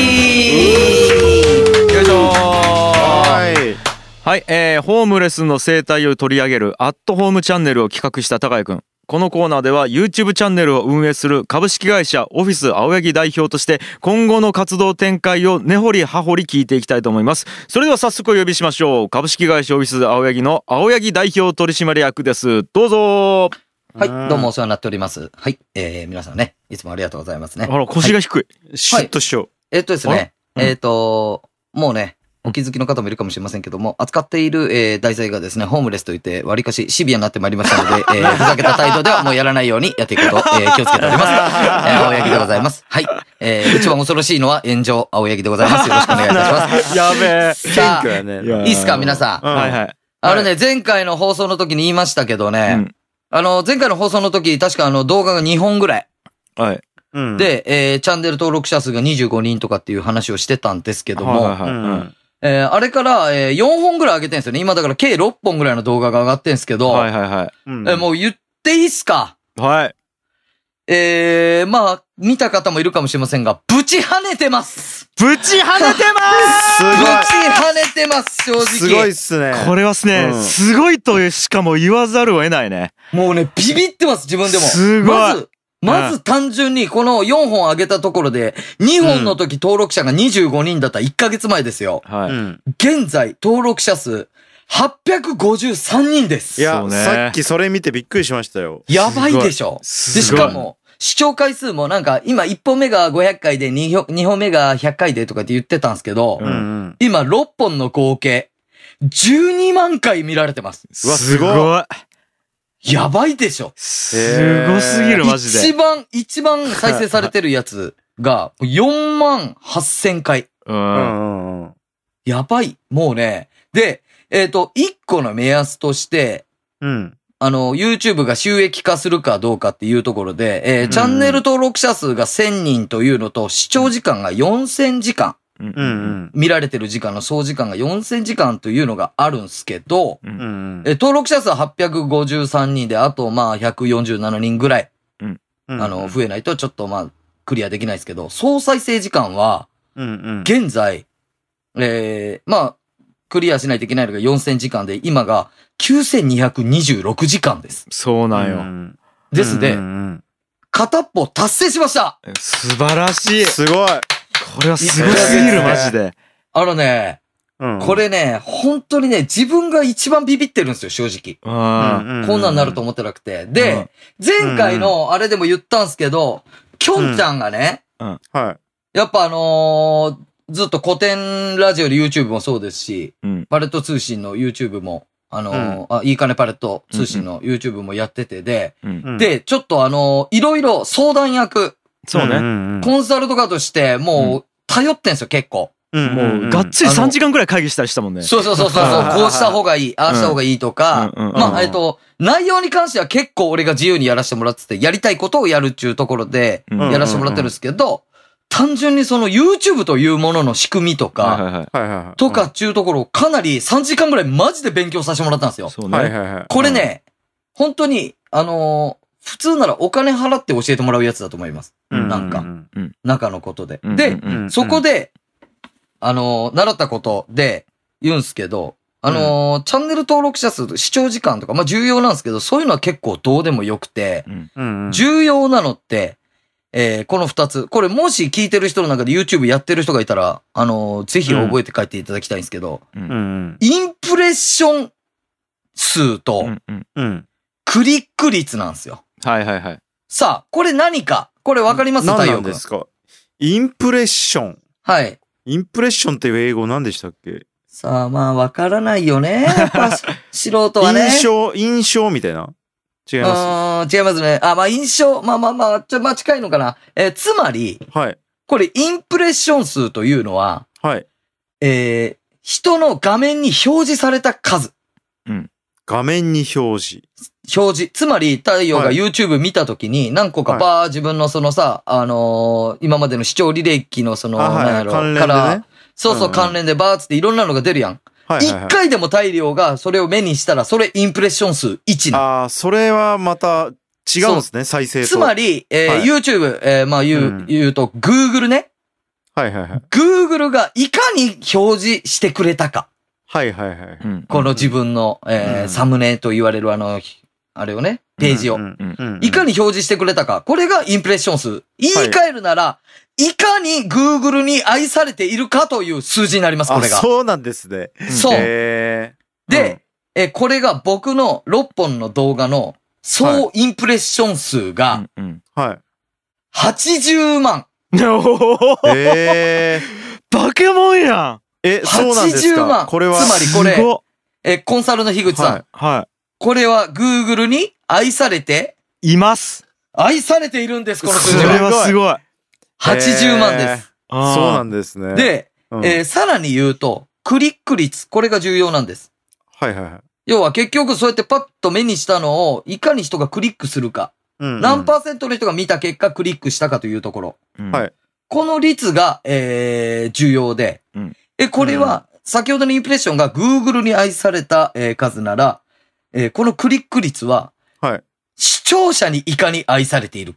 よいしょはい、ホームレスの生態を取り上げるアットホームチャンネルを企画した高谷くん。このコーナーでは YouTube チャンネルを運営する株式会社オフィス青柳代表として今後の活動展開を根掘り葉掘り聞いていきたいと思います。それでは早速お呼びしましょう。株式会社オフィス青柳の青柳代表取締役です。どうぞ。 はい、どうもお世話になっております。はい、皆さんね、いつもありがとうございますね。 あら、腰が低い。 シュッとしよう。ですね、もうね、お気づきの方もいるかもしれませんけども、扱っている、題材がですね、ホームレスといって、割かしシビアになってまいりましたので、ふざけた態度ではもうやらないようにやっていくこと、気をつけております。青柳でございます。はい。一番恐ろしいのは炎上青柳でございます。よろしくお願いいたします。 やべえ。 さあ、いいっすか、皆さん。 はいはい。 前回の放送の時に言いましたけどね、前回の放送の時、確か動画が2本ぐらい。 はい。 で、チャンネル登録者数が25人とかっていう話をしてたんですけども、あれから、4本ぐらい上げてんすよね。今だから計6本ぐらいの動画が上がってんすけど、 はいはいはい。 もう言っていいっすか？ はい。 まあ、見た方もいるかもしれませんが、ぶち跳ねてます。 ぶち跳ねてます。 ぶち跳ねてます、正直。 すごいっすね。 これはすね、すごいとしかも言わざるを得ないね。 もうね、ビビってます、自分でも。 すごい。 まず単純にこの4本上げたところで、2本の時登録者が25人だった1ヶ月前ですよ。 はい。 現在登録者数853人です。 いや、さっきそれ見てびっくりしましたよ。 やばいでしょ。で、しかも、視聴回数もなんか、今1本目が500回で2本目が100回でとかって言ってたんですけど、今6本の合計、12万回見られてます。 うわ、すごい。 やばいでしょ。 すごすぎる、マジで。 一番再生されてるやつが、4万8000回。やばい。もうね。で、1個の目安として、YouTube が収益化するかどうかっていうところで、チャンネル登録者数が1000人というのと、視聴時間が4000時間。見られてる時間の総時間が4000時間というのがあるんすけど、登録者数は853人で、あとまあ147人ぐらい、増えないとちょっとまあクリアできないですけど、総再生時間は、現在、まあ、クリアしないといけないのが4000時間で、今が9226時間です。 そうなんよ。 ですで、片っぽ達成しました。 素晴らしい。 すごい。 これはすごすぎる、マジで。 これね、本当にね、自分が一番ビビってるんですよ、正直。こんなんなると思ってなくて。で、前回のあれでも言ったんすけど、きょんちゃんがね、やっぱずっと古典ラジオで YouTube もそうですし、パレット通信の YouTube も、いいかねパレット通信の YouTube もやっててで、ちょっといろいろ相談役、 そうね。 コンサルとかとして、もう、頼ってんすよ、結構。 もう、がっつり3時間くらい会議したりしたもんね。 そう。こうした方がいい、ああした方がいいとか、まあ、内容に関しては結構俺が自由にやらせてもらってて、やりたいことをやるっていうところで、やらせてもらってるんですけど、単純にその YouTube というものの仕組みとか、とかっていうところをかなり3時間くらいマジで勉強させてもらったんですよ。これね、本当に、普通ならお金払って教えてもらうやつだと思います。なんか、中のことで。で、そこで、習ったことで言うんすけど、チャンネル登録者数、視聴時間とか、まあ重要なんですけど、そういうのは結構どうでもよくて、重要なのって、この2つ。これもし聞いてる人の中で YouTube やってる人がいたら、ぜひ覚えて帰っていただきたいんですけど、インプレッション数と、クリック率なんですよ。さあ、これ何かこれわかります？太陽君。 何ですか？インプレッション。 はい。 インプレッションっていう英語何でしたっけ？ さあ、まあ、わからないよね。素人はね。 印象みたいな？違います。 違いますね。まあ、印象。まあ、近いのかな。つまり、これ、インプレッション数というのは、人の画面に表示された数。 画面に表示。 つまり、太陽が YouTube 見たときに、何個か自分のそのさ、今までの視聴履歴のその、 関連でね。 関連でバーつっていろんなのが出るやん。一回でも太陽がそれを目にしたら、それインプレッション数1な。 それはまた違うんですね、再生と。 つまり、YouTube、まあ言うと、Google ね。Google がいかに表示してくれたか。この自分の、サムネと言われるあれをね、ページを。いかに表示してくれたか。これがインプレッション数。言い換えるなら、いかに Google に愛されているかという数字になります、これが。 そうなんですね。 そう。で、これが僕の6本の動画の総インプレッション数が、80万。 バケモンやん。 そうなんですか。 80万。 これは。 つまりこれ、コンサルの樋口さん。これは Google に愛されています。 愛されているんです、この数字は。 これはすごい。 80万です。 そうなんですね。 で、さらに言うと、クリック率、これが重要なんです。要は結局そうやってパッと目にしたのを、いかに人がクリックするか。何%の人が見た結果クリックしたかというところ。この率が、重要で、これは、先ほどのインプレッションが Google に愛された、数なら、このクリック率は、視聴者にいかに愛されているか。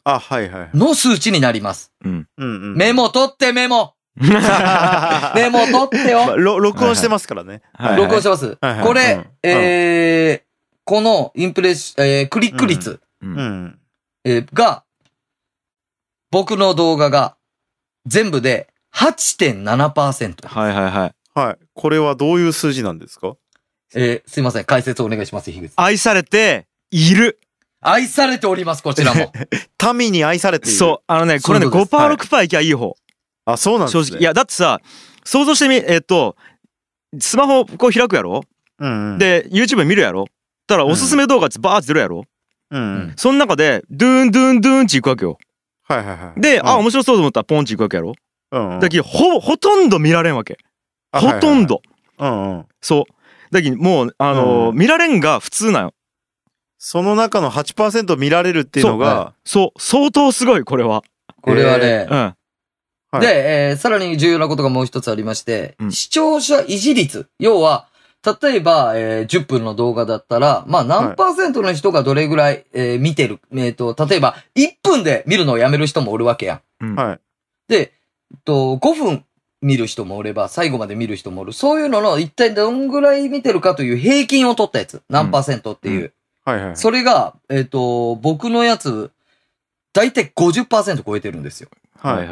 の数値になります。メモ取ってメモメモ取ってよ。 録音してますからね。 録音してます。これ、このインプレッション、クリック率が、僕の動画が全部で 8.7%。 はい。これはどういう数字なんですか？ すいません。解説お願いします、樋口。 愛されている。 愛されております、こちらも。 民に愛されている。 そう。これね、5%、6% いきゃいい方。 あ、そうなんですね。 正直。いや、だってさ、想像してみ、スマホこう開くやろ？で、YouTube 見るやろ？たらおすすめ動画ってバーって出るやろ？その中で、ドゥンドゥンドゥンっていくわけよ。で、面白そうと思ったらポンっていくわけやろ？だけど、ほとんど見られんわけ。ほとんど。そう。だけど、もう、見られんが普通なんよ。 その中の 8% 見られるっていうのが、 そう、相当すごい、これは。 これはね、で、さらに重要なことがもう一つありまして、視聴者維持率。要は、例えば、10分の動画だったら、まあ何%の人がどれぐらい、見てる。例えば、1分で見るのをやめる人もおるわけやん。で、5分見る人もおれば、最後まで見る人もおる。そういうのの、一体どんぐらい見てるかという平均を取ったやつ。何%っていう。それが、僕のやつ、だいたい 50% 超えてるんですよ。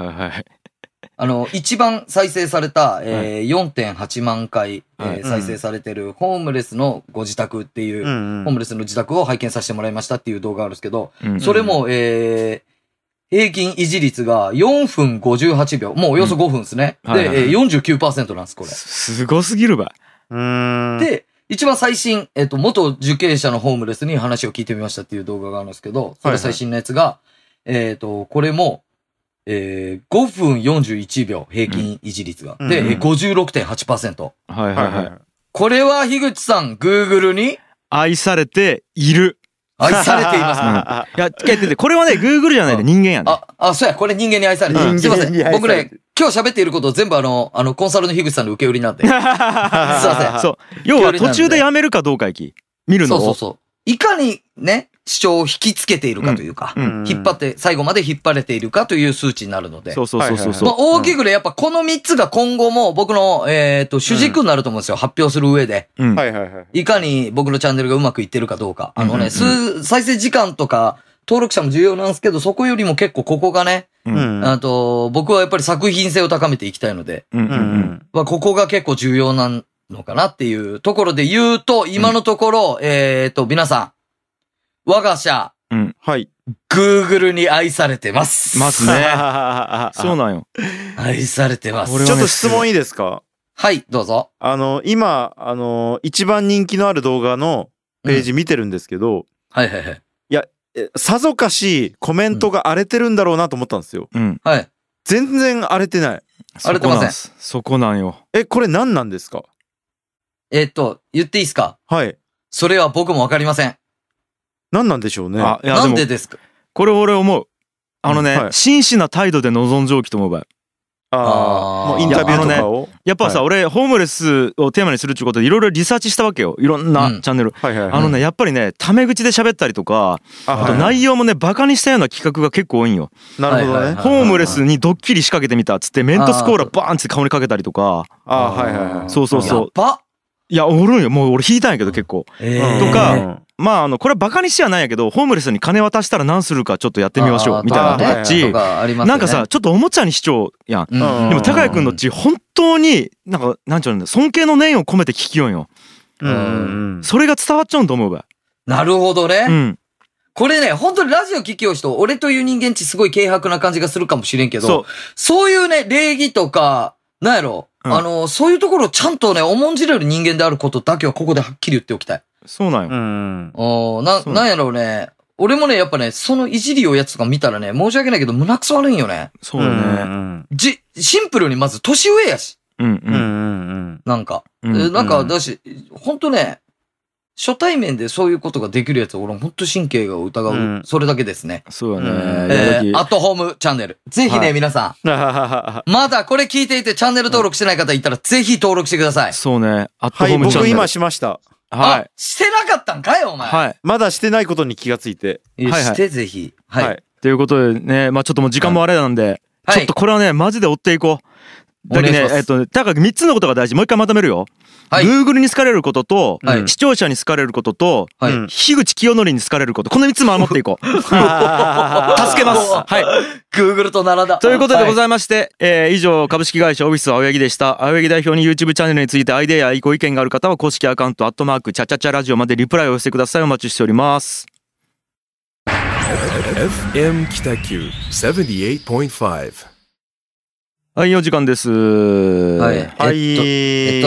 一番再生された、4.8 万回、再生されてる、ホームレスのご自宅っていう、ホームレスの自宅を拝見させてもらいましたっていう動画あるんですけど、それも、平均維持率が4分58秒。もうおよそ5分ですね。で、49% なんです、これ。 すごすぎるば。 で、一番最新、元受刑者のホームレスに話を聞いてみましたっていう動画があるんですけど、それ最新のやつが、これも、5分41秒平均維持率が。で、56.8%。これは樋口さん、Google に愛されている。 愛されています。 いや、これはね、Google じゃないで人間やね。 そうや、これ人間に愛されてる。すいません。僕ね、今日喋っていることを全部コンサルの樋口さんの受け売りなんで。すいません。 そう。要は途中でやめるかどうかやき。見るのを。 そう。いかにね、主張を引きつけているかというか、引っ張って、最後まで引っ張れているかという数値になるので。 そう。 大きくね、やっぱこの3つが今後も僕の、主軸になると思うんですよ。発表する上で。いかに僕のチャンネルがうまくいってるかどうか。再生時間とか、登録者も重要なんですけど、そこよりも結構ここがね、僕はやっぱり作品性を高めていきたいので、ここが結構重要なのかなっていうところで言うと、今のところ、皆さん、我が社、Google に愛されてます。 ますね。そうなんよ。 愛されてます。 ちょっと質問いいですか？ はい、どうぞ。 今、一番人気のある動画のページ見てるんですけど、いや、さぞかしコメントが荒れてるんだろうなと思ったんですよ。全然荒れてない。 荒れてません。 そこなんよ。 これ何なんですか？ 言っていいですか？ はい。 それは僕もわかりません。 何なんでしょうね。 なんでですか？ これ俺思う。真摯な態度で臨んじょうきと思うばい。 もうインタビューとかを。 やっぱさ、俺、ホームレスをテーマにするっていうことでいろいろリサーチしたわけよ。いろんなチャンネル。やっぱりね、タメ口で喋ったりとか、あと内容もね、バカにしたような企画が結構多いんよ。 なるほどね。 ホームレスにドッキリ仕掛けてみたっつって、メントスコーラバーンって顔にかけたりとか。そう。いや、おるんよ。もう俺引いたんやけど結構。とか、これはバカにしてはないんやけど、ホームレスに金渡したら何するかちょっとやってみましょうみたいなとかっち、なんかさ、ちょっとおもちゃにしちゃうやん。でも高谷くんのっち本当になんちゅうの、尊敬の念を込めて聞きよんよ。それが伝わっちゃうんと思うば。 なるほどね。これね、本当にラジオ聞きよう人、俺という人間ちすごい軽薄な感じがするかもしれんけど、そういうね、礼儀とか、なんやろ、そういうところをちゃんとね、重んじれる人間であることだけはここではっきり言っておきたい。 そうなんよ。なんやろうね。俺もね、やっぱね、そのいじりをやつとか見たらね、申し訳ないけど、胸くそ悪いんよね。 そうだね。 シンプルにまず年上やし。なんか。だし、ほんとね、初対面でそういうことができるやつ、俺ほんと神経が疑う。それだけですね。 そうだね。 アットホームチャンネル。ぜひね、皆さん。まだこれ聞いていてチャンネル登録してない方いたら、ぜひ登録してください。 そうね。アットホームチャンネル。 僕今しました。 してなかったんかいお前。 まだしてないことに気がついて。 してぜひ。 ということでね、まあちょっともう時間もあれなんで、ちょっとこれはね、マジで追っていこう。だけどね、たか3つのことが大事。もう一回まとめるよ。Google に好かれることと、視聴者に好かれることと、樋口清則に好かれること。この3つ守っていこう。助けます。はい。 Google と並んだ。 ということでございまして、以上、株式会社オフィス青柳でした。青柳代表に YouTube チャンネルについてアイデアやご意見がある方は、公式アカウント、チャチャチャラジオまでリプライを寄せてください。お待ちしております。 FM 北九 78.5。 はい、お時間です。 はい。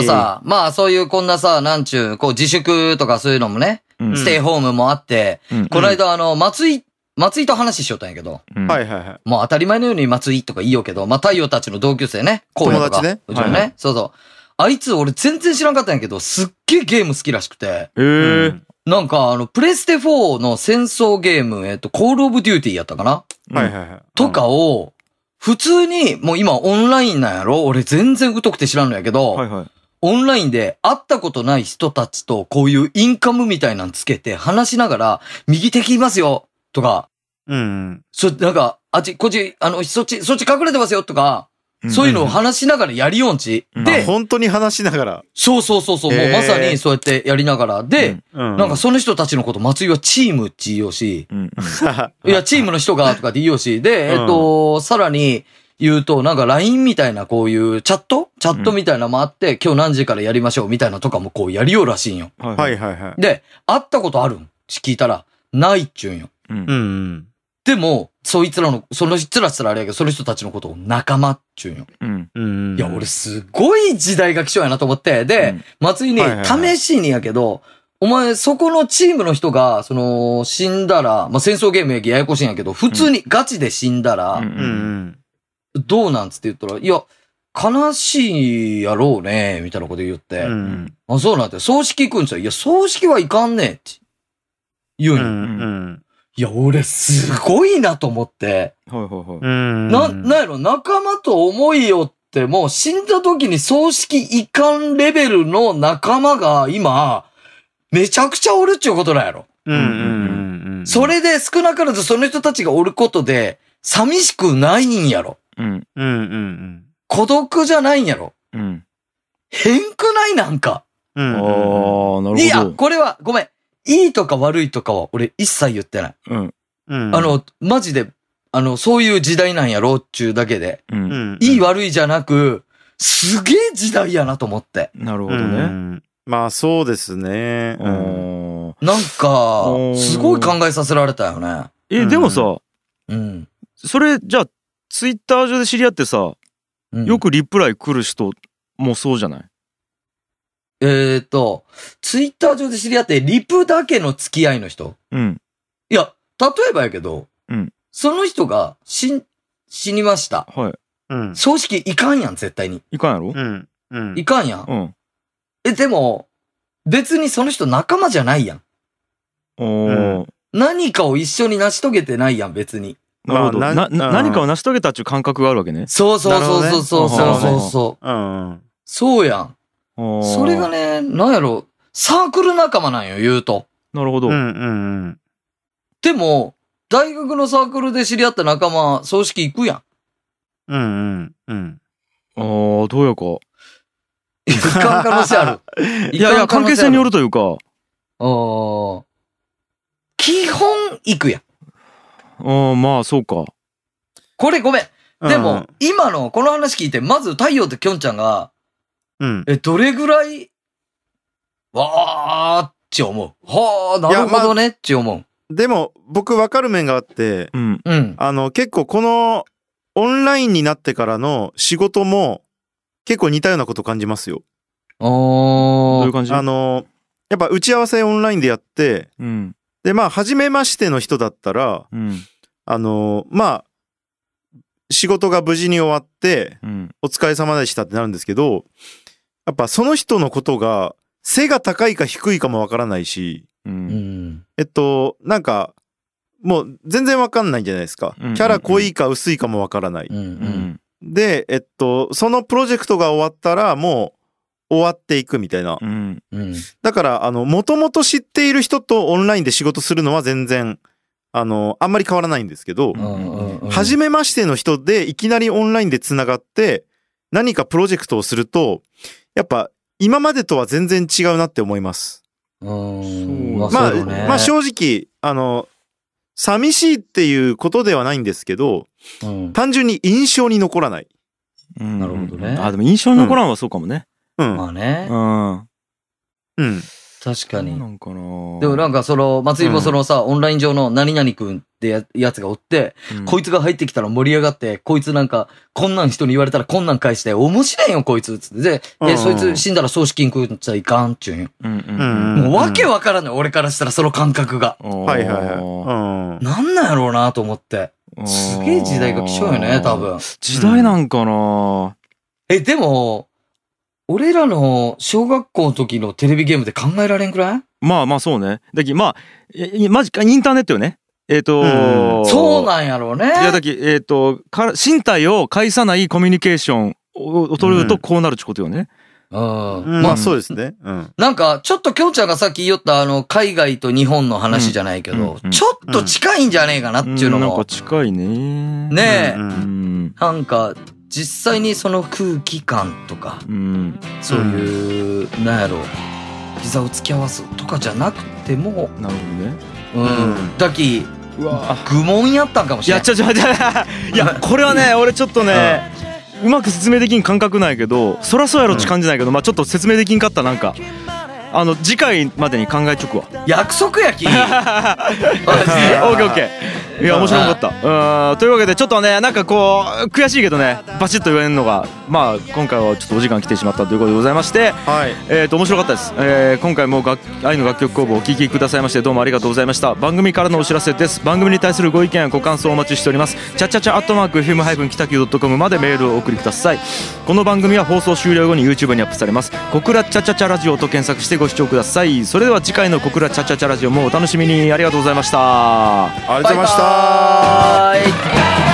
さ、まあそういうこんなさ、なんちゅう、こう自粛とかそういうのもね、ステイホームもあって、この間松井と話しよったんやけど、 はいはいはい。 もう当たり前のように松井とか言いようけど、まあ太陽たちの同級生ね、 友達ね。 うちのね、そうそう。あいつ俺全然知らんかったんやけど、すっげえゲーム好きらしくて。なんかプレステ4の戦争ゲーム、コールオブデューティーやったかな？ はいはいはい。 とかを、普通に、もう今オンラインなんやろ？俺全然疎くて知らんのやけど、オンラインで会ったことない人たちとこういうインカムみたいなのつけて話しながら、右敵いますよとか、なんか、こっち、そっち隠れてますよとか、そういうのを話しながらやりよんち。 で、本当に話しながら。 そう、もうまさにそうやってやりながら。で、なんかその人たちのこと、松井はチームって言いよし、いや、チームの人がとかって言いよし、で、さらに言うと、なんか LINE みたいなこういうチャットみたいなのもあって、今日何時からやりましょうみたいなとかもこうやりようらしいんよ。 はいはいはい。 で、会ったことあるん聞いたら、ないっちゅうんよ。でも、その人らしたらあれやけど、その人たちのことを仲間っちゅうんよ。いや、俺すごい時代が来ちゃうやなと思って、で、松井に試しにやけど、お前そこのチームの人が、死んだら、まあ、戦争ゲームややこしいんやけど、普通にガチで死んだら、どうなんつって言ったら、いや、悲しいやろうね、みたいなこと言って、あ、そうなんて、葬式行くんちゃう？いや、葬式はいかんねえって言うんよ。いや、俺、すごいなと思って。なんやろ、仲間と思いよってもう死んだ時に葬式いかんレベルの仲間が今、めちゃくちゃおるっちゅうことなんやろ。それで少なからずその人たちがおることで、寂しくないんやろ。孤独じゃないんやろ。変くないなんか。 なるほど。 いや、これは、ごめん。いいとか悪いとかは俺一切言ってない。マジで、そういう時代なんやろっちゅうだけで。いい悪いじゃなく、すげえ時代やなと思って。 なるほどね。 まあそうですね。 なんか、すごい考えさせられたよね。 でもさ、それ、じゃあ、ツイッター上で知り合ってさ、よくリプライ来る人もそうじゃない？ ツイッター上で知り合って、リプだけの付き合いの人。いや、例えばやけど、その人が死にました。葬式いかんやん、絶対に。 いかんやろ？ いかんやん。でも、別にその人仲間じゃないやん。何かを一緒に成し遂げてないやん、別に。 なるほど。何かを成し遂げたっていう感覚があるわけね。 そう。そうやん。それがね、なんやろ、サークル仲間なんよ、言うと。 なるほど。 でも、大学のサークルで知り合った仲間、葬式行くやん。 どうやか。 いかん可能性ある。いや、関係性によるというか。 基本行くやん。 まあ、そうか。 これごめん。でも、今のこの話聞いて、まず太陽ときょんちゃんが、どれぐらい、わーって思う。はー、なるほどねって思う。 でも、僕分かる面があって、結構この、オンラインになってからの仕事も、結構似たようなこと感じますよ。 どういう感じ？ やっぱ打ち合わせオンラインでやって、で、まあ、初めましての人だったら、まあ、仕事が無事に終わって、お疲れ様でしたってなるんですけど、やっぱその人のことが背が高いか低いかもわからないし、なんかもう全然わかんないんじゃないですか。キャラ濃いか薄いかもわからない。で、そのプロジェクトが終わったらもう終わっていくみたいな。だからもともと知っている人とオンラインで仕事するのは全然あんまり変わらないんですけど、初めましての人でいきなりオンラインでつながって何かプロジェクトをすると、やっぱ今までとは全然違うなって思います。まあ正直寂しいっていうことではないんですけど、単純に印象に残らない。 なるほどね。 でも印象に残らんはそうかもね。 まあね。確かに。でもなんか松井もさ、オンライン上の何々くんってやつがおって、こいつが入ってきたら盛り上がって、こいつなんか、こんなん人に言われたらこんなん返して、面白いよこいつつって。で、そいつ死んだら葬式に食っちゃいかんっちゅうんよ。もうわけわからんね俺からしたらその感覚が。 はいはいはい。 なんなんやろうなと思って。すげえ時代が来ちゃうよね、多分。 時代なんかな。 でも、俺らの小学校の時のテレビゲームで考えられんくらい？ まあそうね。だけどマジかインターネットよね。 そうなんやろうね。いやだけ身体を介さないコミュニケーションを取るとこうなるってことよね。 まあそうですね。 なんかちょっときょうちゃんがさっき言った海外と日本の話じゃないけど、ちょっと近いんじゃねえかなっていうのも。 なんか近いね。 ねえ。なんか。実際にその空気感とか、そういう、なんやろ、膝を突き合わすとかじゃなくても、 なるほどね。 だき、愚問やったんかもしれない。 いや、これはね、俺ちょっとね、うまく説明できん感覚ないけど、そらそうやろって感じないけど、ちょっと説明できんかったなんか。次回までに考えちょくわ。 約束やき。オッケーオッケー。いや面白かった。というわけでちょっとねなんかこう悔しいけどねバチッと言えるのが今回はちょっとお時間来てしまったということでございまして、面白かったです。今回も愛の楽曲工房をお聴きくださいましてどうもありがとうございました。番組からのお知らせです。番組に対するご意見やご感想をお待ちしております。チャチャチャ@fm-北九.com までメールをお送りください。この番組は放送終了後に YouTube にアップされます。小倉チャチャチャラジオと検索してご視聴ください。それでは次回の小倉チャチャチャラジオもお楽しみに。ありがとうございました。 ありがとうございました。 バイバーイ。